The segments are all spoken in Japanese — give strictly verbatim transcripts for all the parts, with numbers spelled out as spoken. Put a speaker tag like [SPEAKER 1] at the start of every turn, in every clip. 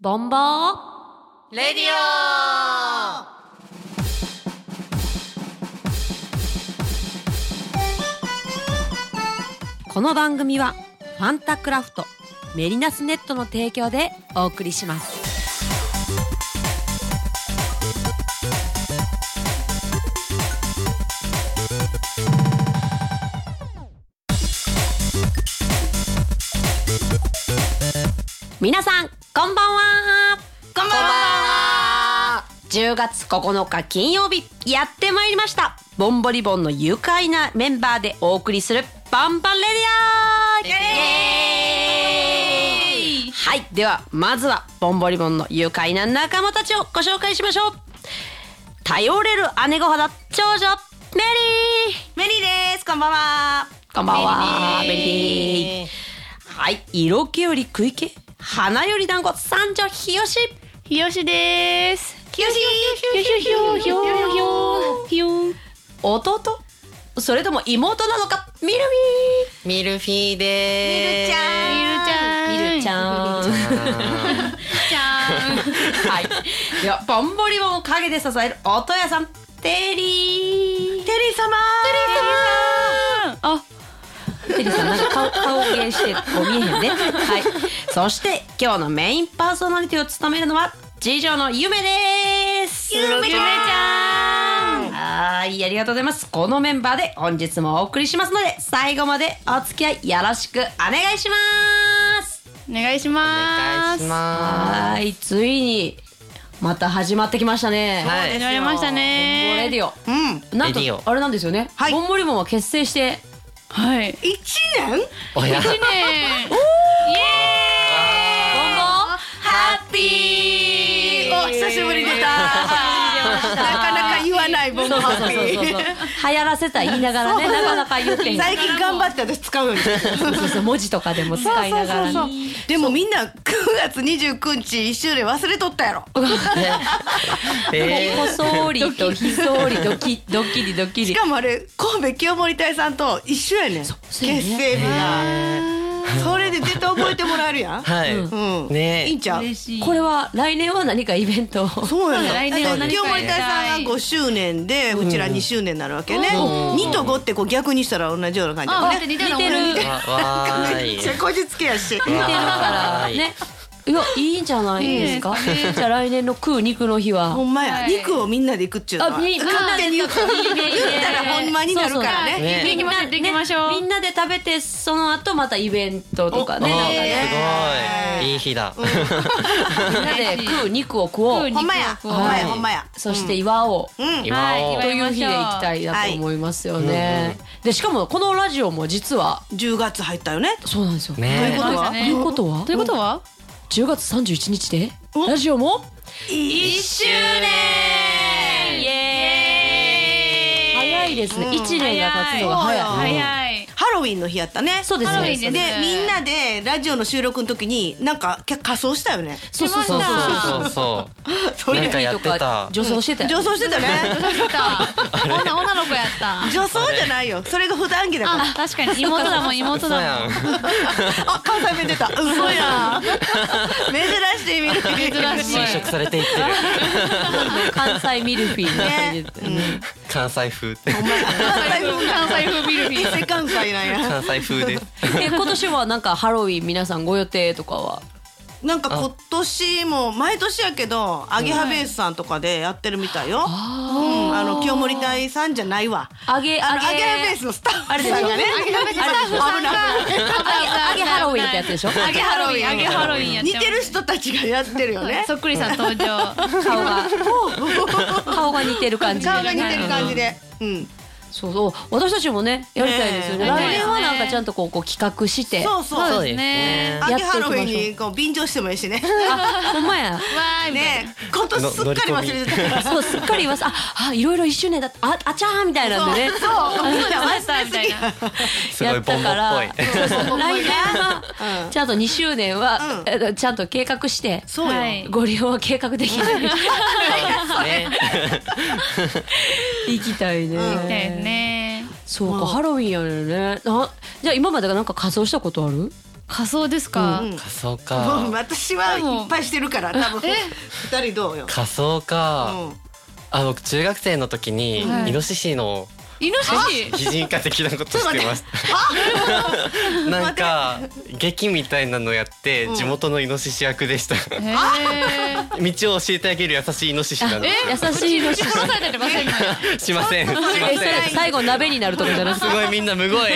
[SPEAKER 1] ボンボー
[SPEAKER 2] レディオ。
[SPEAKER 1] この番組はファンタクラフトメリナスネットの提供でお送りします。皆さんこんばんは。
[SPEAKER 2] こんばんは。
[SPEAKER 1] じゅうがつここのか金曜日やってまいりました。ボンボリボンの愉快なメンバーでお送りするバンバンレディオ。イエーイ。はい、ではまずはボンボリボンの愉快な仲間たちをご紹介しましょう。頼れる姉御肌長女メリー。
[SPEAKER 2] メリーです。こんばんは。
[SPEAKER 1] こんばんは。メ
[SPEAKER 2] メリー
[SPEAKER 1] リー。はい、色気より食い気、花より団子、三女ひよし。
[SPEAKER 3] ひよしです。
[SPEAKER 2] ひよし。
[SPEAKER 3] ひよしひよひよひよひよ。
[SPEAKER 1] 弟それとも妹なのか。ミル
[SPEAKER 4] ミルフィーでーす。
[SPEAKER 3] ミルちゃん。
[SPEAKER 1] ミルちゃん。
[SPEAKER 3] ちゃん。
[SPEAKER 1] はい。ではボンボリボンを陰で支える音屋さんテリー。
[SPEAKER 2] テリー様。
[SPEAKER 3] あ、
[SPEAKER 1] テリーさんなんか顔顔芸してこう見えへんね。はい。そして今日のメインパーソナリティを務めるのは次女のゆめです。
[SPEAKER 2] ゆめちゃん。
[SPEAKER 1] はい、ありがとうございます。このメンバーで本日もお送りしますので最後までお付き合いよろしくお願いします。
[SPEAKER 3] お願いします。
[SPEAKER 4] お願いしま
[SPEAKER 1] はい、ついにまた始まってきましたね。
[SPEAKER 4] す。はい。
[SPEAKER 3] 始まりました
[SPEAKER 1] ボンボレ
[SPEAKER 3] ね。
[SPEAKER 1] ディオ。
[SPEAKER 2] うん。
[SPEAKER 1] なんと
[SPEAKER 4] レディオ
[SPEAKER 1] あれなんですよね。
[SPEAKER 2] はい
[SPEAKER 1] ボンボリボンは結成して
[SPEAKER 3] はい。
[SPEAKER 2] 一年。
[SPEAKER 4] おや。
[SPEAKER 3] 一年。イエ
[SPEAKER 1] ボンボ
[SPEAKER 2] ハッピー。お久しぶり出た。なかなか言わないボンボハッピ
[SPEAKER 1] そうそうそうそう
[SPEAKER 2] ー。
[SPEAKER 1] 流行らせた言いながらね、なかなか言ってへん。
[SPEAKER 2] 最近頑張って私使うようにしてる。
[SPEAKER 1] そうそうそう、文字とかでも使いながらね。
[SPEAKER 2] でもみんなくがつにじゅうくにちいっしゅうねん忘れとったやろ。
[SPEAKER 4] え
[SPEAKER 1] こそりとひそりドキドキリドキリ。
[SPEAKER 2] しかもあれ神戸清盛隊さんと一緒やねん。結
[SPEAKER 1] そうやね
[SPEAKER 2] 成日が。それで絶対覚えてもらえるやん。
[SPEAKER 4] はい。
[SPEAKER 2] うん。
[SPEAKER 4] ね
[SPEAKER 2] いいんちゃう。
[SPEAKER 3] 嬉しい。
[SPEAKER 1] これは来年は何かイベントを。
[SPEAKER 2] そうやねん。
[SPEAKER 3] 来年は何か
[SPEAKER 2] 清盛隊さんが
[SPEAKER 3] やりたい
[SPEAKER 2] ごしゅうねんでうちらにしゅうねんになるわけね。
[SPEAKER 3] うん
[SPEAKER 2] にとごってこう逆にしたら同じような感じだ
[SPEAKER 3] あ、
[SPEAKER 2] ね。
[SPEAKER 3] 似てる
[SPEAKER 1] 似てる
[SPEAKER 3] 似てる。
[SPEAKER 4] わわーい。
[SPEAKER 2] めっちゃこじつけやし。
[SPEAKER 1] 似てるからね。いや、いいんじゃないですか。
[SPEAKER 3] いいですね
[SPEAKER 1] じゃあ来年の食う肉の日は。
[SPEAKER 2] ほんまや、
[SPEAKER 3] はい
[SPEAKER 2] 肉をみんなで行くっちゅうのは
[SPEAKER 1] あ、みみんな
[SPEAKER 2] 勝手に言うから
[SPEAKER 1] いいねいいね
[SPEAKER 2] 言ったらほんまになるからね。
[SPEAKER 1] そうそう
[SPEAKER 4] ね
[SPEAKER 3] 行きましょう行きましょう。
[SPEAKER 1] みんなで食べてその後またイベントとかね、
[SPEAKER 4] お
[SPEAKER 1] なんかね、
[SPEAKER 4] すごい。いい日だ。
[SPEAKER 1] みんなで食う肉を食おう。
[SPEAKER 3] 食う
[SPEAKER 2] ほんまや
[SPEAKER 3] 肉を
[SPEAKER 2] ほんまや
[SPEAKER 1] はい
[SPEAKER 2] ほんまや。
[SPEAKER 1] そして祝おう。
[SPEAKER 2] うん。
[SPEAKER 4] 今
[SPEAKER 3] はい
[SPEAKER 4] を
[SPEAKER 1] という日で行きたいなと思いますよね。でしかもこのラジオも実は
[SPEAKER 2] じゅうがつ入ったよね。
[SPEAKER 1] そうなんですよ。
[SPEAKER 4] ね
[SPEAKER 2] ということは
[SPEAKER 1] ということは
[SPEAKER 3] ということは？
[SPEAKER 1] じゅうがつさんじゅういちにちで
[SPEAKER 2] お
[SPEAKER 1] ラジオも
[SPEAKER 2] いっしゅうねん。
[SPEAKER 1] イエーイ。早いですね。
[SPEAKER 2] うん
[SPEAKER 1] 一年が経つのが早い。
[SPEAKER 3] 早い。
[SPEAKER 2] ハロウィンの日やったね。
[SPEAKER 1] そうです
[SPEAKER 3] ハロウィン
[SPEAKER 1] ね。
[SPEAKER 3] です
[SPEAKER 2] でみんなでラジオの収録の時になんか仮装したよね。
[SPEAKER 1] そうそうそうそう
[SPEAKER 4] そうそう
[SPEAKER 2] それ
[SPEAKER 4] なんかやってた。
[SPEAKER 1] 女装してたよ。
[SPEAKER 2] 女装してたね。
[SPEAKER 3] 女女の子やった。
[SPEAKER 2] 女装じゃないよ。それが普段着だから。
[SPEAKER 3] あ、確かに妹だもん妹
[SPEAKER 4] 嘘や
[SPEAKER 3] だもん。
[SPEAKER 4] ん。
[SPEAKER 2] あ、関西弁出た。嘘やん。珍しい見る。
[SPEAKER 3] 珍しい
[SPEAKER 4] 侵食されていってる。
[SPEAKER 1] 関西ミルフィーな感じで
[SPEAKER 2] うん。
[SPEAKER 4] 関西風って。
[SPEAKER 2] お前関西風
[SPEAKER 3] 関西風ミルフィー。
[SPEAKER 2] 関西関西なんや。
[SPEAKER 4] 関西風です。
[SPEAKER 1] え、今年はなんかハロウィン皆さんご予定とかは？
[SPEAKER 2] なんか今年も毎年やけどアゲハベースさんとかでやってるみたいよ。うん、あの清盛隊さんじゃないわ。
[SPEAKER 1] あげ
[SPEAKER 2] あの
[SPEAKER 1] あげ
[SPEAKER 2] アゲハベースのスタッフ
[SPEAKER 1] あれでしょ。
[SPEAKER 2] さんがね。
[SPEAKER 3] アゲハベース
[SPEAKER 2] あれ
[SPEAKER 3] スタッフさんが
[SPEAKER 2] 危ない危ない。
[SPEAKER 1] あげハロウィンってやつでしょ。
[SPEAKER 3] あげハロウィンあげハロウィンやってます。
[SPEAKER 2] 似てる人たちがやってるよね。
[SPEAKER 3] そっくりさん登場。
[SPEAKER 1] 顔が顔が似てる感じで。
[SPEAKER 2] 顔が似てる感じで。うん。
[SPEAKER 1] そうそう。私たちもねやりたいですよね。
[SPEAKER 3] ねえ
[SPEAKER 1] 来年はなんかちゃんとこうこう企画して。
[SPEAKER 2] そうそう。
[SPEAKER 4] そうですね。
[SPEAKER 2] アゲハロウィンにこう便乗してもいいしね。
[SPEAKER 1] あ、ほんまや。
[SPEAKER 3] わーいみたいな。
[SPEAKER 2] ね、今年すっかり忘れてたから。
[SPEAKER 1] そうすっかり言います。あ、あいろいろ一周年だった。あ、あちゃーみたいなんでね。
[SPEAKER 2] そう、みんな
[SPEAKER 3] 忘れ
[SPEAKER 2] 忘れすぎ
[SPEAKER 3] たみたいな。
[SPEAKER 4] すごいボンボっぽい。
[SPEAKER 1] そうそう来年は
[SPEAKER 2] うん
[SPEAKER 1] ちゃんとにしゅうねんは
[SPEAKER 2] うん
[SPEAKER 1] えちゃんと計画して
[SPEAKER 2] そうよ。
[SPEAKER 3] はい
[SPEAKER 1] ご利用は計画できない。
[SPEAKER 4] ね。
[SPEAKER 1] 行きたいね。
[SPEAKER 2] うん
[SPEAKER 3] みたいですね。
[SPEAKER 1] そうか、
[SPEAKER 2] まあ
[SPEAKER 1] ハロウィンやねんね。あ、じゃあ今までなんか仮装したことある？
[SPEAKER 3] 仮装ですか。
[SPEAKER 2] うん
[SPEAKER 4] 仮装
[SPEAKER 2] もう
[SPEAKER 4] か。
[SPEAKER 2] 私はいっぱいしてるから多分二人どうよ。
[SPEAKER 4] 仮装か。
[SPEAKER 2] うん
[SPEAKER 4] あ、僕中学生の時に
[SPEAKER 3] はい
[SPEAKER 4] イノシシの
[SPEAKER 3] イノシシ。
[SPEAKER 4] 擬人化的なことしてました。なんか劇みたいなのやって地元のイノシシ役でした。
[SPEAKER 3] へえ。
[SPEAKER 4] 道を教えてあげる優しいイノシシなんで
[SPEAKER 1] 優しいイノシシ。
[SPEAKER 3] 殺されたりませんか。
[SPEAKER 4] す。しません。しま
[SPEAKER 1] えそ
[SPEAKER 4] せん。
[SPEAKER 1] れ最後鍋になるとかじゃなくて
[SPEAKER 4] すごいみんなむごい。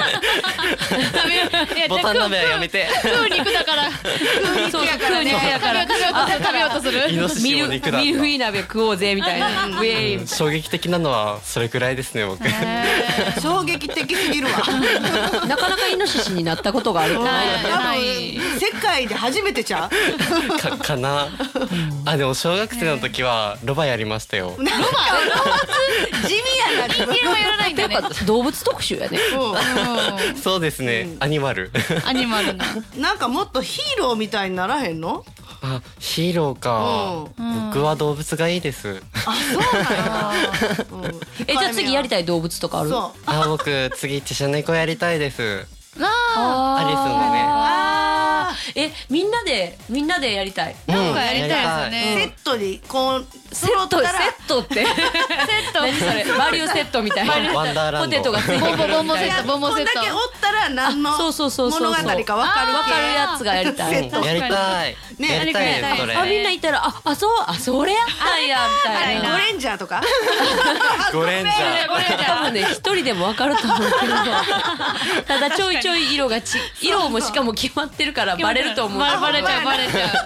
[SPEAKER 4] ボタン鍋はやめて。
[SPEAKER 3] 食う肉だから。
[SPEAKER 1] そう食う肉やから
[SPEAKER 3] 食べようとする食べようとする。
[SPEAKER 4] イノシシ
[SPEAKER 1] ミル
[SPEAKER 4] も肉だった。
[SPEAKER 1] ミルフィー鍋食おうぜみたいな。ウェイ。
[SPEAKER 4] 衝撃的なのはそれくらいですね僕。
[SPEAKER 2] 衝撃的すぎるわ。
[SPEAKER 1] なかなかイノシシになったことがあるってないよね。
[SPEAKER 2] 多
[SPEAKER 3] はい
[SPEAKER 2] 分世界で初めてちゃう。
[SPEAKER 4] かかな。あ、でも小学生の時はロバやりましたよ。
[SPEAKER 2] なんか地味やな。
[SPEAKER 3] 人間はやらないんだね。
[SPEAKER 1] やっぱ動物特集やね。
[SPEAKER 3] う
[SPEAKER 4] そうですね。アニマル。
[SPEAKER 3] んアニマルな。
[SPEAKER 2] うんなんかもっとヒーローみたいにならへんの？
[SPEAKER 4] あ、ヒーローか。
[SPEAKER 3] うん
[SPEAKER 4] 僕は動物がいいです。
[SPEAKER 2] あ、そうなんや。うん
[SPEAKER 1] えじゃあ次やりたい動物とかある？
[SPEAKER 2] そう。
[SPEAKER 4] あ、僕次チェシャ猫やりたいです。
[SPEAKER 3] あ
[SPEAKER 4] アリスのね。
[SPEAKER 1] あーえみんなでみんなでやりたい。
[SPEAKER 3] あ。なんかやりたいですよ
[SPEAKER 2] セ
[SPEAKER 3] ね。
[SPEAKER 2] ットにこう
[SPEAKER 1] セットセ
[SPEAKER 2] 揃ったら
[SPEAKER 1] ットって
[SPEAKER 3] セット。
[SPEAKER 1] 何それバリューセットみたいな。
[SPEAKER 4] ワンダーランド。
[SPEAKER 1] ポテトがついてくるみたいな。
[SPEAKER 3] ボンボンセットボンボンセット
[SPEAKER 2] こんだけおったら何の
[SPEAKER 1] あそうそうそうそう
[SPEAKER 2] 物語か分かる系。
[SPEAKER 1] わかるやつがやりたい。
[SPEAKER 2] セット
[SPEAKER 4] やりたい。
[SPEAKER 2] ね
[SPEAKER 4] やりたいです
[SPEAKER 3] やりたい
[SPEAKER 4] それ。
[SPEAKER 1] あみんないたらああそうあそれやったんやみたいな。
[SPEAKER 2] ゴレンジャーとか。
[SPEAKER 4] ゴレンジャー。
[SPEAKER 3] これじゃ
[SPEAKER 1] 多分ね一人でもわかると思うけどただちょいちょい色がち色もしかも決まってるからバレると思う。
[SPEAKER 3] バレバレちゃうバレちゃう。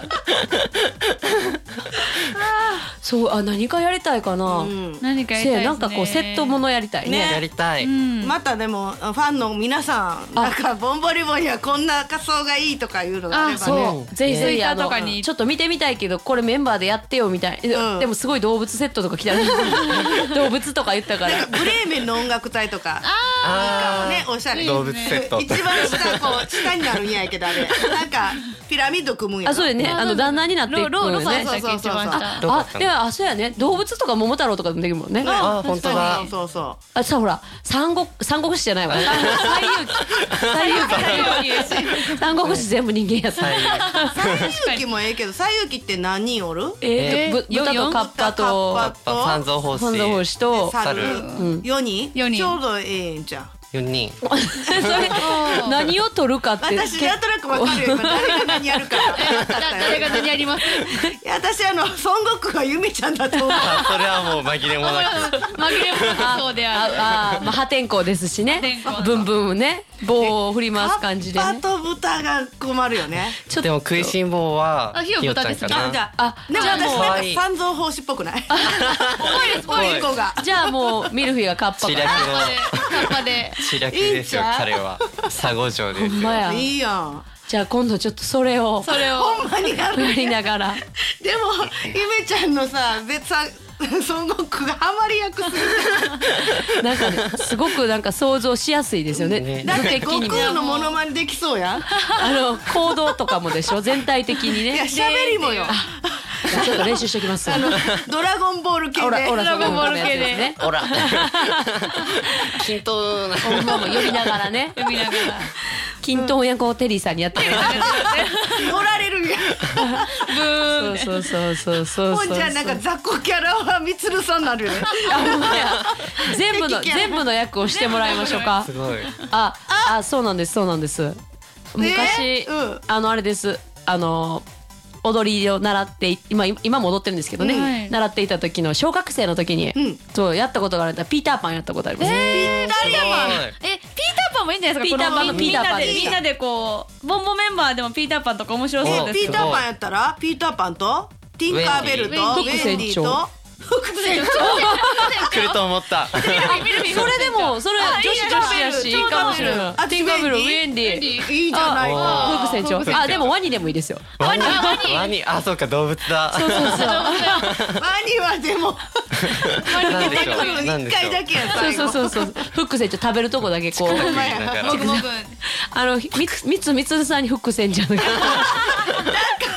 [SPEAKER 1] そうあ何かやりたいかな。
[SPEAKER 2] うん
[SPEAKER 3] 何かやり
[SPEAKER 1] せ
[SPEAKER 3] たいですね。
[SPEAKER 1] やなんかこうセットものやりたいね。
[SPEAKER 2] ね
[SPEAKER 4] やりたい。
[SPEAKER 3] うん。
[SPEAKER 2] またでもファンの皆さんなんかボンボリボンにはこんな仮装がいいとかいうのがあればね。
[SPEAKER 1] そうぜひぜひ
[SPEAKER 3] Twitter
[SPEAKER 1] あの
[SPEAKER 3] とかに
[SPEAKER 1] ちょっと見てみたいけどこれメンバーでやってよみたい、
[SPEAKER 2] うん
[SPEAKER 1] でもすごい動物セットとか来たら動物とか言ったから
[SPEAKER 2] ブレーメンの音楽隊とか
[SPEAKER 4] あ
[SPEAKER 2] ねおしゃれ。
[SPEAKER 4] 動物セット。
[SPEAKER 2] 一番下こう下になるんやけどあれなんかピラミッド組むんやろ。
[SPEAKER 1] あそうやねあの旦那になっていく
[SPEAKER 3] ロロロ
[SPEAKER 1] のよね
[SPEAKER 3] さんだっけ一番下。
[SPEAKER 4] どこかな
[SPEAKER 1] あではあそうやね動物とか桃太郎とかでもできるもんね。
[SPEAKER 4] あ、本当だ
[SPEAKER 2] そう。そうそ
[SPEAKER 1] あさほら三国三国志じゃないわ。西遊記西遊記三国志全部人間やった。
[SPEAKER 2] う。西遊記もええけど西遊記って何人おる？
[SPEAKER 1] えーとぶ
[SPEAKER 3] えー
[SPEAKER 1] 豚とカッパと
[SPEAKER 2] カッパと
[SPEAKER 4] 三蔵法師。
[SPEAKER 1] 本蔵法師と
[SPEAKER 2] 猿
[SPEAKER 4] 猿
[SPEAKER 2] 四人？
[SPEAKER 3] 四人
[SPEAKER 2] ちょうどええんじゃん。
[SPEAKER 4] 四人。
[SPEAKER 1] それ何を取るかって
[SPEAKER 2] 私なんとなくわかるよ。今誰が何やるか。
[SPEAKER 3] 誰が何やります？
[SPEAKER 2] いや私あの孫悟空はゆめちゃんだと思う。
[SPEAKER 4] あ、それはもう紛れもなく。
[SPEAKER 3] 紛れもなくそうである。
[SPEAKER 1] ああまあ破天荒ですしね
[SPEAKER 3] 破天荒
[SPEAKER 1] ブンブンね棒を振り回す感じでね
[SPEAKER 2] カッパと豚が困るよね。
[SPEAKER 1] ちょっと
[SPEAKER 4] でも食いしん坊は
[SPEAKER 3] あひよ
[SPEAKER 4] ひよちゃんか
[SPEAKER 3] 豚ですね
[SPEAKER 4] な。
[SPEAKER 2] じゃ
[SPEAKER 1] あ
[SPEAKER 2] でも
[SPEAKER 1] じゃあもう
[SPEAKER 2] 私なんか三蔵法師っぽくない？ぽい子が。
[SPEAKER 1] じゃあもうミルフィーがカッパ
[SPEAKER 4] 知
[SPEAKER 1] か
[SPEAKER 4] 略の
[SPEAKER 3] カッパで。
[SPEAKER 4] 知略ですよ
[SPEAKER 2] いいんちゃう
[SPEAKER 4] 彼は。佐護城ですよ。
[SPEAKER 1] ほんまや
[SPEAKER 2] いいやん。
[SPEAKER 1] じゃあ今度ちょっとそれを
[SPEAKER 3] それを。
[SPEAKER 2] ほんまにやる。
[SPEAKER 1] やりながら
[SPEAKER 2] でもゆめちゃんのさ別さ孫悟空がハマり役する。
[SPEAKER 1] なんかねすごくなんか想像しやすいですよね
[SPEAKER 4] ね
[SPEAKER 2] だって
[SPEAKER 1] 無敵にも
[SPEAKER 2] 悟空のモノマネできそうやん。い
[SPEAKER 1] あの行動とかもでしょ全体的にね
[SPEAKER 2] や喋りもよ。
[SPEAKER 1] ちょっと練習しておきます
[SPEAKER 2] あのドラゴンボール系で。
[SPEAKER 1] ほらほら
[SPEAKER 3] ドラゴンボール系で
[SPEAKER 1] ね
[SPEAKER 4] ほら。均等な。
[SPEAKER 1] ほんまも呼びながらね
[SPEAKER 3] 読みながら。
[SPEAKER 1] 均等役をテリーさんにやってる
[SPEAKER 2] おられるやん。
[SPEAKER 3] ブーン。
[SPEAKER 1] そうそうそうそうそう
[SPEAKER 2] ほんじゃなんか雑魚キャラはみつるさんになるよね。
[SPEAKER 1] あほんまや全部の全部の役をしてもらいましょうか
[SPEAKER 4] すごい。
[SPEAKER 1] ああそうなんですそうなんです昔、
[SPEAKER 2] えーうん
[SPEAKER 1] あのあれですあの踊りを習ってい今今も踊ってるんですけどね、
[SPEAKER 3] はい
[SPEAKER 1] 習っていた時の小学生の時に、
[SPEAKER 2] ん
[SPEAKER 1] そうやったことがあるんだピーターパンやったことあります、
[SPEAKER 3] えー、
[SPEAKER 4] すごい。
[SPEAKER 3] え、ピーターパンもいいんじゃないですか。
[SPEAKER 1] ピーターパンの
[SPEAKER 3] こ
[SPEAKER 1] ピーターパン
[SPEAKER 3] みんなでみんなでこうボンボメンバーでもピーターパンとか面白そうですよ。
[SPEAKER 2] ピーターパンやったらピーターパンとティンカーベルとウ
[SPEAKER 3] ウェンディ
[SPEAKER 2] ェンディと副船長。
[SPEAKER 4] 来ると思った。
[SPEAKER 1] それでもそれ
[SPEAKER 3] あいいね
[SPEAKER 1] 女子女子やしいいかもしれない
[SPEAKER 2] あ
[SPEAKER 1] ティンカーベルウ
[SPEAKER 2] ウェン
[SPEAKER 1] ェンディ
[SPEAKER 2] いいじゃない
[SPEAKER 4] あ
[SPEAKER 2] か。
[SPEAKER 1] 副船長
[SPEAKER 3] 副船長
[SPEAKER 1] あでもワニでもいいですよ
[SPEAKER 4] ワニ。ワニ。あ、そうか動物だ。
[SPEAKER 1] そうそうそう
[SPEAKER 2] ワニはでも
[SPEAKER 4] なんでしょう。なん
[SPEAKER 2] 一
[SPEAKER 4] でしょう。
[SPEAKER 2] 回だけや
[SPEAKER 1] そう
[SPEAKER 2] 最後。
[SPEAKER 1] そうそうそうフック船長食べるとこだけこう
[SPEAKER 2] ほんまや
[SPEAKER 4] だから
[SPEAKER 3] もぐもぐ。
[SPEAKER 1] あのみつみつみつさんにフック船長の
[SPEAKER 3] めっちゃ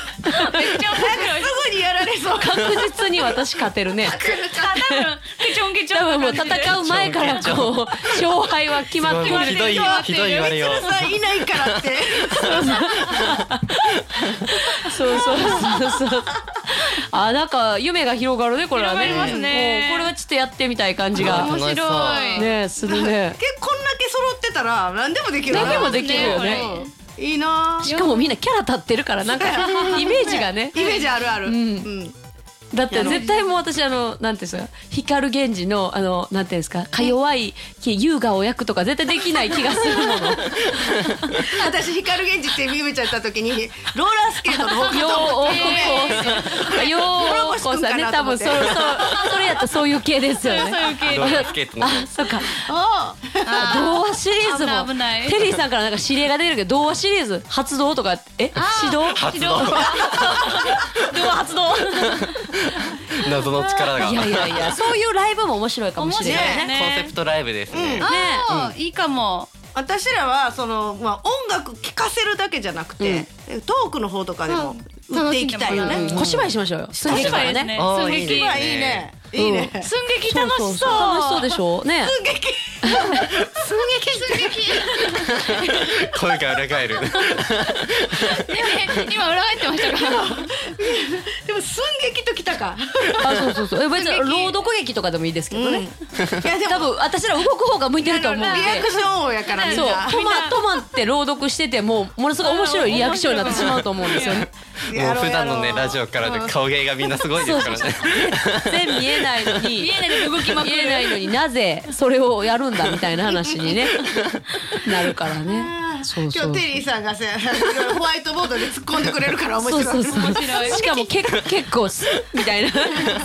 [SPEAKER 3] 面白い。
[SPEAKER 2] すぐにやられそう。
[SPEAKER 1] 確実に私勝てるね
[SPEAKER 3] あ、多分ケチョンケチョ
[SPEAKER 1] 多分もう戦う前からこう勝敗は決まってる。
[SPEAKER 4] ひどいひどい言われよう。
[SPEAKER 2] さんいないからって
[SPEAKER 1] そうそうそうそう。あ、なんか夢が広がるねこれはね。
[SPEAKER 3] 広がりますね
[SPEAKER 1] もうこれはちょっとやってみたい感じが
[SPEAKER 3] 面白い
[SPEAKER 1] ねするね。
[SPEAKER 2] 結構こんだけ揃ってたら何でもできるな。
[SPEAKER 1] 何でもできるよね。
[SPEAKER 2] うんいいな。
[SPEAKER 1] しかもみんなキャラ立ってるからなんかイメージがね。
[SPEAKER 2] イメージあるある。うん
[SPEAKER 1] だって絶対もう私あのなんていうんですか光源氏のあのなんていうんですかか弱い優雅を焼くとか絶対できない気がするもの。
[SPEAKER 2] 私光源氏ってみめちゃんった時にローラースケートの方か
[SPEAKER 1] よう
[SPEAKER 2] と思っ
[SPEAKER 1] お
[SPEAKER 2] てごめん
[SPEAKER 1] ようこさんね多分そそそれやったらそういう系ですよね。
[SPEAKER 3] そういう系
[SPEAKER 4] ローラースケートの
[SPEAKER 1] あ、そっか。
[SPEAKER 2] あ
[SPEAKER 1] 童話シリーズも
[SPEAKER 3] 危ない危ない
[SPEAKER 1] テリーさんからなんか指令が出てるけど童話シリーズ発動とかえ指導
[SPEAKER 4] 発動
[SPEAKER 3] 童話発動
[SPEAKER 4] 謎の力が
[SPEAKER 1] いやいやいやそういうライブも面白いかもしれないね。
[SPEAKER 3] 面白いね
[SPEAKER 4] コンセプトライブですね。
[SPEAKER 3] あーいいかも。
[SPEAKER 2] 私らはその、まあ、音楽聴かせるだけじゃなくて、トークの方とかでも売っていきたいよね。
[SPEAKER 1] うん小芝居しましょうよ。寸
[SPEAKER 3] 小
[SPEAKER 1] 劇からね。
[SPEAKER 3] 芝居ですね。
[SPEAKER 4] あー
[SPEAKER 3] 寸劇。
[SPEAKER 4] いい
[SPEAKER 2] まあいいね。いいね。
[SPEAKER 3] 寸劇楽しそう。
[SPEAKER 1] 楽しそうでしょうね。
[SPEAKER 2] 寸劇。
[SPEAKER 4] 声が裏返る。
[SPEAKER 3] 今裏返ってましたから。
[SPEAKER 2] でも寸劇ときたか。
[SPEAKER 1] あ、そうそうそう。え別に朗読劇とかでもいいですけどね。
[SPEAKER 2] いやでも
[SPEAKER 1] 多分私ら動く方が向いてると思うんで。
[SPEAKER 2] リアクション王やからみん
[SPEAKER 1] そう
[SPEAKER 2] な。
[SPEAKER 1] トマトマって朗読しててもものすごい面白いリアクションになってしまうと思うんですよね。
[SPEAKER 4] もう普段のねラジオからで顔芸がみんなすごいですからね。
[SPEAKER 1] 全然見えないのに
[SPEAKER 3] 見えないで動きまくる。
[SPEAKER 1] 見えないのになぜそれをやるんだみたいな話にねなるからね。そうそう
[SPEAKER 2] 今日テリーさんがさホワイトボードで突っ込んでくれるから面白い。
[SPEAKER 1] そうそうそう
[SPEAKER 3] 面白い。
[SPEAKER 1] しかもけ結構スッみたいなテ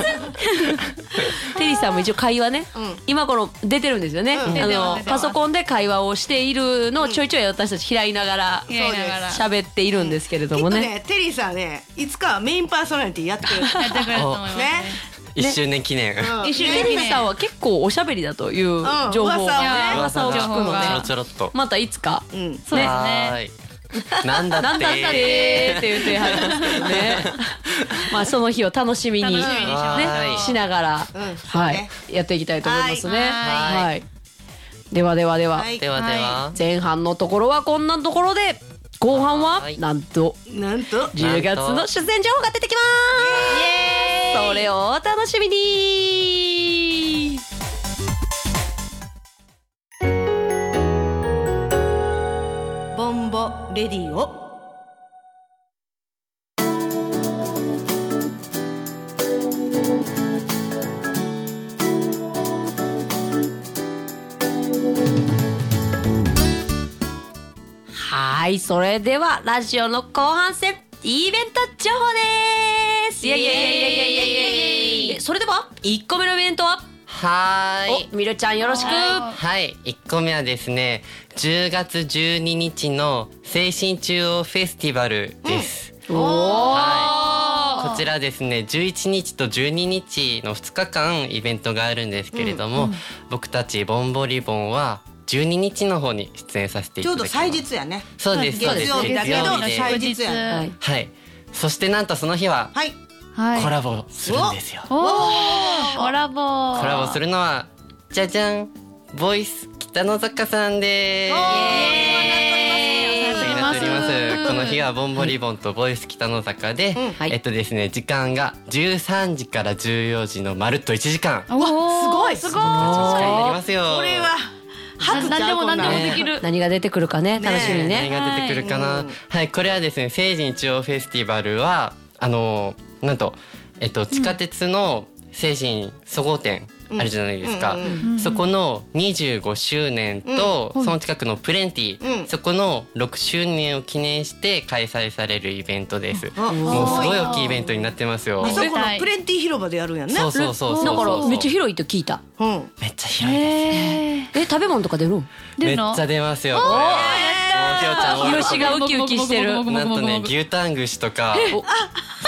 [SPEAKER 1] リーさんも一応会話ね、
[SPEAKER 2] うん
[SPEAKER 1] 今この出てるんですよね、
[SPEAKER 2] うん
[SPEAKER 1] あ
[SPEAKER 3] 出てます
[SPEAKER 1] の
[SPEAKER 3] 出てます
[SPEAKER 1] パソコンで会話をしているのをちょいちょい私たち開いながら
[SPEAKER 3] やりながら
[SPEAKER 1] 喋っているんですけれど
[SPEAKER 2] きっと
[SPEAKER 1] もね。
[SPEAKER 2] ねテリーさんねいつかはメインパーソナリティやってくれる。
[SPEAKER 3] やってくれると思いますね。
[SPEAKER 2] ね。
[SPEAKER 4] 一周年記念。
[SPEAKER 2] うん
[SPEAKER 3] 一周
[SPEAKER 1] テリーさんは結構おしゃべりだという情報、
[SPEAKER 2] うん噂をね
[SPEAKER 1] 噂を聞くの
[SPEAKER 3] 噂が
[SPEAKER 1] で
[SPEAKER 4] ちょろちょろっと。
[SPEAKER 1] またいつか
[SPEAKER 2] うん。
[SPEAKER 3] そうです
[SPEAKER 4] は
[SPEAKER 3] ね。
[SPEAKER 4] ーい。なんだって。
[SPEAKER 1] なんだったれーって言ってはりますけどねまあその日を楽しみにね
[SPEAKER 3] 楽しみにし
[SPEAKER 4] はい
[SPEAKER 1] しながら、
[SPEAKER 2] うん
[SPEAKER 1] はい、
[SPEAKER 2] そうね
[SPEAKER 1] やっていきたいと思いますね。
[SPEAKER 3] はい
[SPEAKER 1] はいではではでは、
[SPEAKER 2] はい
[SPEAKER 4] ではでは。
[SPEAKER 1] 前半のところはこんなところで後半は
[SPEAKER 4] はい
[SPEAKER 1] なんと
[SPEAKER 2] なんと
[SPEAKER 1] じゅうがつの出演情報が出てきます。それをお楽しみに。
[SPEAKER 2] ボンボレディオ。
[SPEAKER 1] はいそれではラジオの後半戦イベント情報です。イエイイエイイエイイエイイエイイエイ。それではいっこめのイベントは
[SPEAKER 4] はーい。
[SPEAKER 1] おみるちゃんよろしく。
[SPEAKER 4] はい、いっこめはですね、じゅうがつじゅうににちの青春中央フェスティバルです。
[SPEAKER 1] おお、
[SPEAKER 4] はい、こちらですね、じゅういちにちとじゅうににちのふつかかんイベントがあるんですけれども、僕たちボンボリボンはじゅうににちの方に出演させてい
[SPEAKER 2] ちょう
[SPEAKER 4] ただきます。
[SPEAKER 2] ど祭日やね。
[SPEAKER 4] そうです、そうです。
[SPEAKER 2] 月曜日だけど
[SPEAKER 4] 月曜日で
[SPEAKER 2] 祭日やね。
[SPEAKER 1] はい
[SPEAKER 4] はい。そしてなんとその日は
[SPEAKER 2] はい。
[SPEAKER 3] はい。
[SPEAKER 4] コラボするんですよ。
[SPEAKER 3] おーコラボ。
[SPEAKER 4] コラボするのはじゃじゃん、ボイス北野坂さんです。
[SPEAKER 3] イエーイ。
[SPEAKER 4] お世話になっております。この日はボンボリボンとボイス北野坂で、
[SPEAKER 2] うん
[SPEAKER 1] はい
[SPEAKER 4] えっとですね、時間がじゅうさんじからじゅうよじのまるっといちじかん。
[SPEAKER 3] おー
[SPEAKER 2] すごい
[SPEAKER 3] すごい。
[SPEAKER 4] お時間になりますよ。
[SPEAKER 2] これは初ちゃう
[SPEAKER 3] 何でも
[SPEAKER 2] こんなん
[SPEAKER 3] 何でもできる。
[SPEAKER 1] 何が出てくるかね楽しみね。
[SPEAKER 4] 何が出てくるかな。
[SPEAKER 2] は
[SPEAKER 4] はいい、これはですね、成人中央フェスティバルはあのなんとえっと地下鉄の成人そごう店あるじゃないですか。
[SPEAKER 2] うんうん
[SPEAKER 3] うん
[SPEAKER 4] そこのにじゅうごしゅうねんと、
[SPEAKER 3] うん
[SPEAKER 4] その近くのプレンティ、
[SPEAKER 2] うん
[SPEAKER 4] そこのろくしゅうねんを記念して開催されるイベントです。
[SPEAKER 2] あ
[SPEAKER 4] もうすごい大きいイベントになってますよ。
[SPEAKER 2] あそこのプレンティ広場でやるんやんね。
[SPEAKER 4] そうそうそうそう
[SPEAKER 1] だ
[SPEAKER 4] そう。
[SPEAKER 1] からめっちゃ広いと聞いた。
[SPEAKER 2] うん。
[SPEAKER 4] めっちゃ広いです。
[SPEAKER 3] え
[SPEAKER 1] え食べ物とか出るん？
[SPEAKER 4] めっ
[SPEAKER 3] 出るの
[SPEAKER 4] ちゃ出ますよ。これ。もうひよちゃん
[SPEAKER 1] ひろしがウキウキしてる
[SPEAKER 4] なんとね牛タン串とか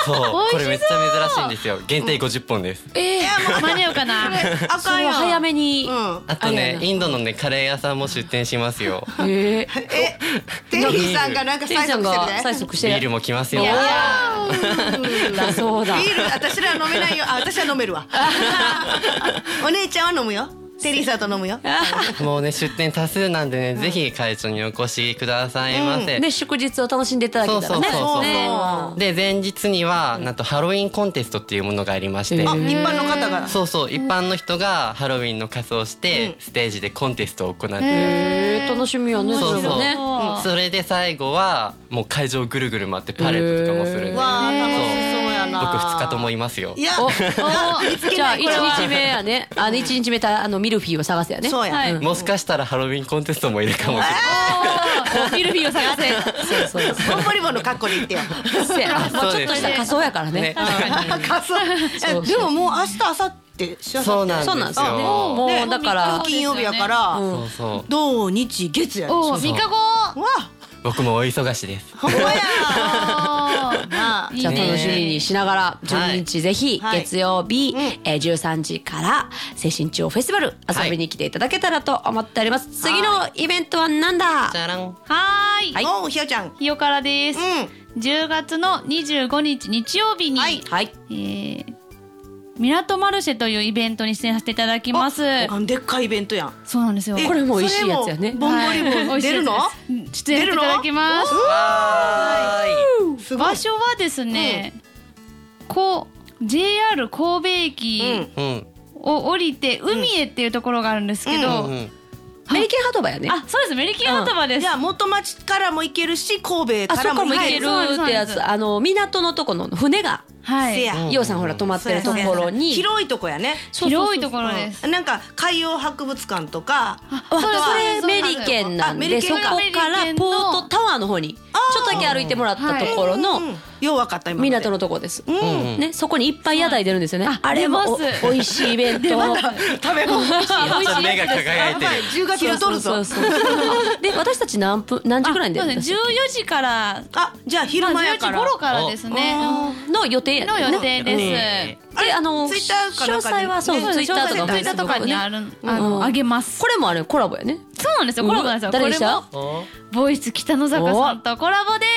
[SPEAKER 4] そうこれめっちゃ珍しいんですよ。限定ごじゅっぽんです。
[SPEAKER 1] えー、
[SPEAKER 3] 間に合うかな。
[SPEAKER 2] あかんよ。
[SPEAKER 1] 早めに、
[SPEAKER 2] うん。
[SPEAKER 4] あと
[SPEAKER 1] あれやな
[SPEAKER 4] ねインドのねカレー屋さんも出店しますよ。
[SPEAKER 1] えー、
[SPEAKER 2] え、テリーさんがなんか催
[SPEAKER 1] テリーさんが
[SPEAKER 2] 促してるね。
[SPEAKER 1] 催促してる
[SPEAKER 4] ビールも来ますよ。
[SPEAKER 1] いやだそうだ
[SPEAKER 2] ビール私ら飲めないよ。あ、私は飲めるわ。お姉ちゃんは飲むよ。テリーさんと飲むよ。
[SPEAKER 4] もうね出店多数なんでね、ぜひ会長にお越しくださいませ。
[SPEAKER 1] ね、祝日を楽しんでいただけたらね。
[SPEAKER 4] そうそうそうそう
[SPEAKER 1] ね
[SPEAKER 4] で前日にはなんとハロウィンコンテストっていうものがありまして、
[SPEAKER 2] あ、一般の方が。
[SPEAKER 4] そうそう一般の人がハロウィンの仮装してステージでコンテストを行って、
[SPEAKER 1] えー、楽しみやね。
[SPEAKER 4] そうそう、
[SPEAKER 1] れもね。
[SPEAKER 4] それで最後はもう会場ぐるぐる回ってパレードとかもするんで、
[SPEAKER 2] わあ、楽し
[SPEAKER 4] そう
[SPEAKER 2] そうやな。
[SPEAKER 4] 僕ふつかともいますよ。
[SPEAKER 2] いや、
[SPEAKER 1] お
[SPEAKER 2] 見つけ
[SPEAKER 1] じゃあ一
[SPEAKER 2] ないこれは
[SPEAKER 1] 日目やね。あの一日目たあのミルフィーを探せやね。
[SPEAKER 2] そうや。
[SPEAKER 3] はい
[SPEAKER 4] もしかしたらハロウィンコンテストもいるかもしれない。
[SPEAKER 3] おーミルフィーを探せ。
[SPEAKER 1] そうそうそう。
[SPEAKER 2] ボンボリボンの格好で行ってよ。
[SPEAKER 1] そうやなもうちょっとした仮装やからね。
[SPEAKER 4] ね
[SPEAKER 2] 仮装。えでももう明日明後日しあさって
[SPEAKER 4] そうなんですよ。
[SPEAKER 1] そうなんですよね。もうだから
[SPEAKER 2] 今日金曜日やから、
[SPEAKER 4] そうそう
[SPEAKER 2] 土日月やで。
[SPEAKER 3] おー、
[SPEAKER 2] わ
[SPEAKER 3] 三日後。
[SPEAKER 2] あ、
[SPEAKER 4] 僕もお忙しいです。
[SPEAKER 2] ほんまや。
[SPEAKER 3] あ
[SPEAKER 2] なあ。
[SPEAKER 1] じゃあ楽しみにしながらじゅうににちぜひ
[SPEAKER 2] はい
[SPEAKER 1] 月曜日、
[SPEAKER 2] うん
[SPEAKER 1] えーじゅうさんじから青春地方フェスティバル遊びに来ていただけたらと思っております。次のイベントはなんだ
[SPEAKER 4] じ。ゃらん。
[SPEAKER 3] はーい。
[SPEAKER 1] はい
[SPEAKER 2] おう、ひよちゃん。
[SPEAKER 3] ひよからです。
[SPEAKER 2] う
[SPEAKER 3] じゅうがつのにじゅうごにち日曜日に、
[SPEAKER 2] はい
[SPEAKER 1] はい。
[SPEAKER 3] えー港マルシェというイベントに出演させていただきます。
[SPEAKER 2] あ、でっかいイベントやん。
[SPEAKER 3] そうなんですよ。
[SPEAKER 2] え
[SPEAKER 1] これも美味しいやつやね
[SPEAKER 2] それもボンボリボン
[SPEAKER 3] はい
[SPEAKER 2] 出るの？
[SPEAKER 3] 美味しいやつです出演させていただきます。
[SPEAKER 4] は
[SPEAKER 2] すごい
[SPEAKER 3] 場。所はですね、こう ジェイアール 神戸駅
[SPEAKER 4] ーい。うん。
[SPEAKER 3] を降りて海へっていうところがあるんですけど、
[SPEAKER 4] うんうん
[SPEAKER 1] メリケンハトバやね。
[SPEAKER 3] あ、そうです、メリケンハトバです。
[SPEAKER 2] じゃあ元町からも行けるし、神戸
[SPEAKER 1] あそ
[SPEAKER 2] からも行ける。
[SPEAKER 1] こも行ける
[SPEAKER 3] そうです
[SPEAKER 1] ってやつ。あの港のとこの船が
[SPEAKER 3] はい。
[SPEAKER 2] せや。
[SPEAKER 1] ようさんほら泊まってるところに。
[SPEAKER 2] 広いとこやね。
[SPEAKER 3] 広いところです。
[SPEAKER 2] なんか海洋博物館とか、
[SPEAKER 1] あ
[SPEAKER 3] そう
[SPEAKER 1] それ
[SPEAKER 3] そう
[SPEAKER 1] メリケンなん
[SPEAKER 2] あメ
[SPEAKER 1] でそこ
[SPEAKER 2] リケンが
[SPEAKER 1] からポートタワーの方にちょっとだけ歩いてもらったところの
[SPEAKER 2] うんようわかった今まで。
[SPEAKER 1] 港のとこです。
[SPEAKER 2] うん。
[SPEAKER 4] うん
[SPEAKER 1] ね、そこにいっぱい屋台出るんですよね。あれもお
[SPEAKER 3] 出ます
[SPEAKER 1] 美味しいイベント。
[SPEAKER 2] 食べ物。
[SPEAKER 1] 美味しい
[SPEAKER 4] ちょっと目が輝いてる。
[SPEAKER 2] じゅうがつに撮るぞ。
[SPEAKER 1] そうそうそうで私たち何分何時ぐらいに出るんです
[SPEAKER 3] じゅうよじから
[SPEAKER 2] あ、じゃあ昼
[SPEAKER 3] まあ10時
[SPEAKER 2] 間やから。
[SPEAKER 3] 頃からですね。
[SPEAKER 1] の予定やね
[SPEAKER 3] の予定です。
[SPEAKER 4] ね
[SPEAKER 1] であの
[SPEAKER 2] ツイッターか
[SPEAKER 1] 詳
[SPEAKER 2] なんかに
[SPEAKER 1] 細はそう
[SPEAKER 3] そう
[SPEAKER 1] ツイッターとか
[SPEAKER 3] ツイッターとかにあ
[SPEAKER 1] る。
[SPEAKER 3] るあの
[SPEAKER 1] うん
[SPEAKER 3] あげます。
[SPEAKER 1] これもあれコラボやね。
[SPEAKER 3] そうなんですよ。コラボなんですよ。
[SPEAKER 1] 誰でした
[SPEAKER 3] これもボイス北野坂さんとコラボです。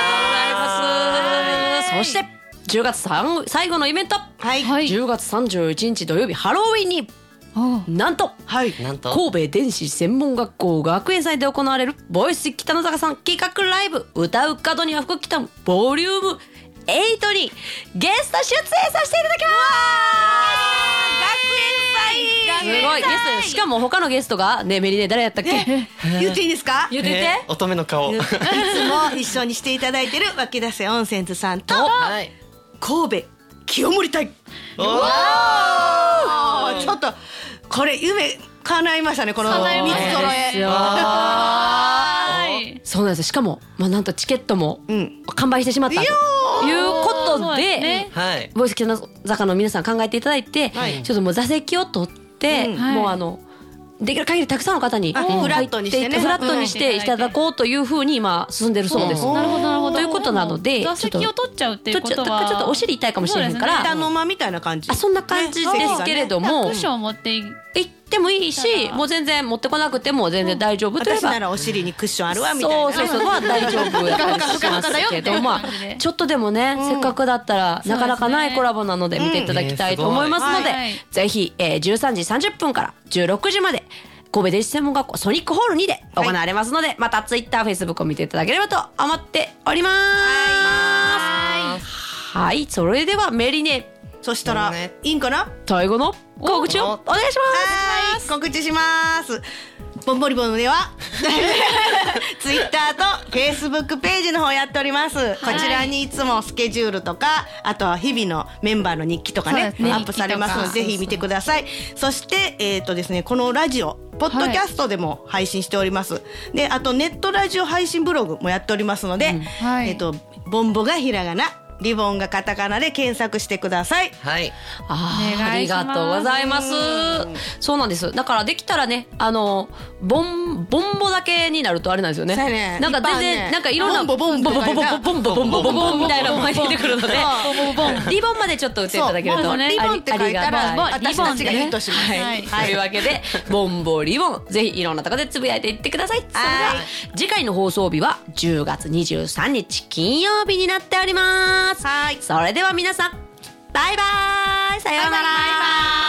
[SPEAKER 1] ありがとうございます。そしてじゅうがつさん最後のイベント。
[SPEAKER 2] はい。
[SPEAKER 3] はい。
[SPEAKER 1] じゅうがつさんじゅういちにち土曜日ハロウィンに
[SPEAKER 3] お
[SPEAKER 1] なんと
[SPEAKER 2] はい。
[SPEAKER 4] なんと
[SPEAKER 1] 神戸電子専門学校学園祭で行われるボイス北野坂さん企画ライブ歌う角には福来たボリュームはちにゲスト出演させていただきます。すごいゲストしかも他のゲストがねメリネ誰やったっけ
[SPEAKER 2] 言っていいですか？
[SPEAKER 1] 言ってて、
[SPEAKER 4] えー乙女の顔。
[SPEAKER 2] いつも一緒にしていただいてる脇田瀬温泉図さんと
[SPEAKER 4] はい。
[SPEAKER 2] 神戸清盛隊。
[SPEAKER 4] お
[SPEAKER 2] おーちょっとこれ夢叶いましたねこの
[SPEAKER 3] 叶いました
[SPEAKER 2] 三つ揃え。
[SPEAKER 1] ですよ
[SPEAKER 3] はい。
[SPEAKER 1] そうなんですしかも、まあ、なんとチケットも
[SPEAKER 2] うん。
[SPEAKER 1] 完売してしまったということ
[SPEAKER 3] そう
[SPEAKER 1] で
[SPEAKER 3] ですね
[SPEAKER 4] はい。
[SPEAKER 1] ボイス北野坂の皆さん考えていただいて、
[SPEAKER 2] はい
[SPEAKER 1] ちょっともう座席を取って、
[SPEAKER 2] うん
[SPEAKER 3] はい
[SPEAKER 1] もうあのできる限りたくさんの方に
[SPEAKER 2] あ
[SPEAKER 1] 入
[SPEAKER 2] フラットにしてね
[SPEAKER 1] フラットにしていただこうというふうに今進んでるそうです。
[SPEAKER 2] そう
[SPEAKER 3] なるほどなるほど。
[SPEAKER 1] ということなので
[SPEAKER 3] 座席を取っちゃうっていうこと
[SPEAKER 1] ちょっとちょっと
[SPEAKER 3] は
[SPEAKER 1] お尻痛いかもしれへんから、
[SPEAKER 3] そうですね
[SPEAKER 2] 板の間みたいな感じ。
[SPEAKER 1] あそんな感じですけれども、
[SPEAKER 3] クッションを持ってい
[SPEAKER 1] 行ってもいいしもう全然持ってこなくても全然大丈夫といえば、
[SPEAKER 2] 私ならお尻にクッションあるわみたいな。
[SPEAKER 1] そうそうそうは大丈夫だったりしますけどまあちょっとでもね、せっかくだったらなかなかないコラボなので見ていただきたいと思いますので、
[SPEAKER 3] うんはい
[SPEAKER 1] ぜひ、えー、じゅうさんじさんじゅっぷんからじゅうろくじまで神戸電子専門学校ソニックホールにで行われますので、またツイッター、フェイスブックを見ていただければと思っております。はい、それではメリネ
[SPEAKER 2] そしたら
[SPEAKER 4] ね
[SPEAKER 2] いいんかな？
[SPEAKER 1] 最後の告知をお願いします。
[SPEAKER 2] はい、告知します。ボンボリボンではツイッターとフェイスブックページの方やっております、こちらにいつもスケジュールとかあとは日々のメンバーの日記とかね
[SPEAKER 3] そうですね
[SPEAKER 2] アップされますので
[SPEAKER 3] 日記とか
[SPEAKER 2] ぜひ見てください。そしてえっ、とですねこのラジオポッドキャストでも配信しております、であとネットラジオ配信ブログもやっておりますので、
[SPEAKER 3] はい
[SPEAKER 2] えっ、とボンボがひらがなリボンがカタカナで検索してください。
[SPEAKER 4] はい。
[SPEAKER 1] あー、
[SPEAKER 3] お願いします
[SPEAKER 1] ありがとうございます。そうなんです。だからできたらね、あのボンボンボだけになるとあれなんですよね。
[SPEAKER 2] そうやね
[SPEAKER 1] なんか全然、
[SPEAKER 2] いっぱいあるね
[SPEAKER 1] なんかいろんな
[SPEAKER 2] ボンボボンボ
[SPEAKER 1] ボンボボンボンボンボンボンボンボンボンみたいなのが出てくるので、リボンまでちょっと打っていただけると、
[SPEAKER 2] そうリボンって書いたら
[SPEAKER 1] ありがたい
[SPEAKER 2] 私たちがヒットします。
[SPEAKER 1] はい、
[SPEAKER 3] はい
[SPEAKER 1] というわけでボンボリボンぜひいろんなところでつぶやいていってください。それでは次回の放送日はじゅうがつにじゅうさんにち金曜日になっております。
[SPEAKER 2] はい。
[SPEAKER 1] それでは皆さんバイバイ、さようなら。
[SPEAKER 2] バイバイ。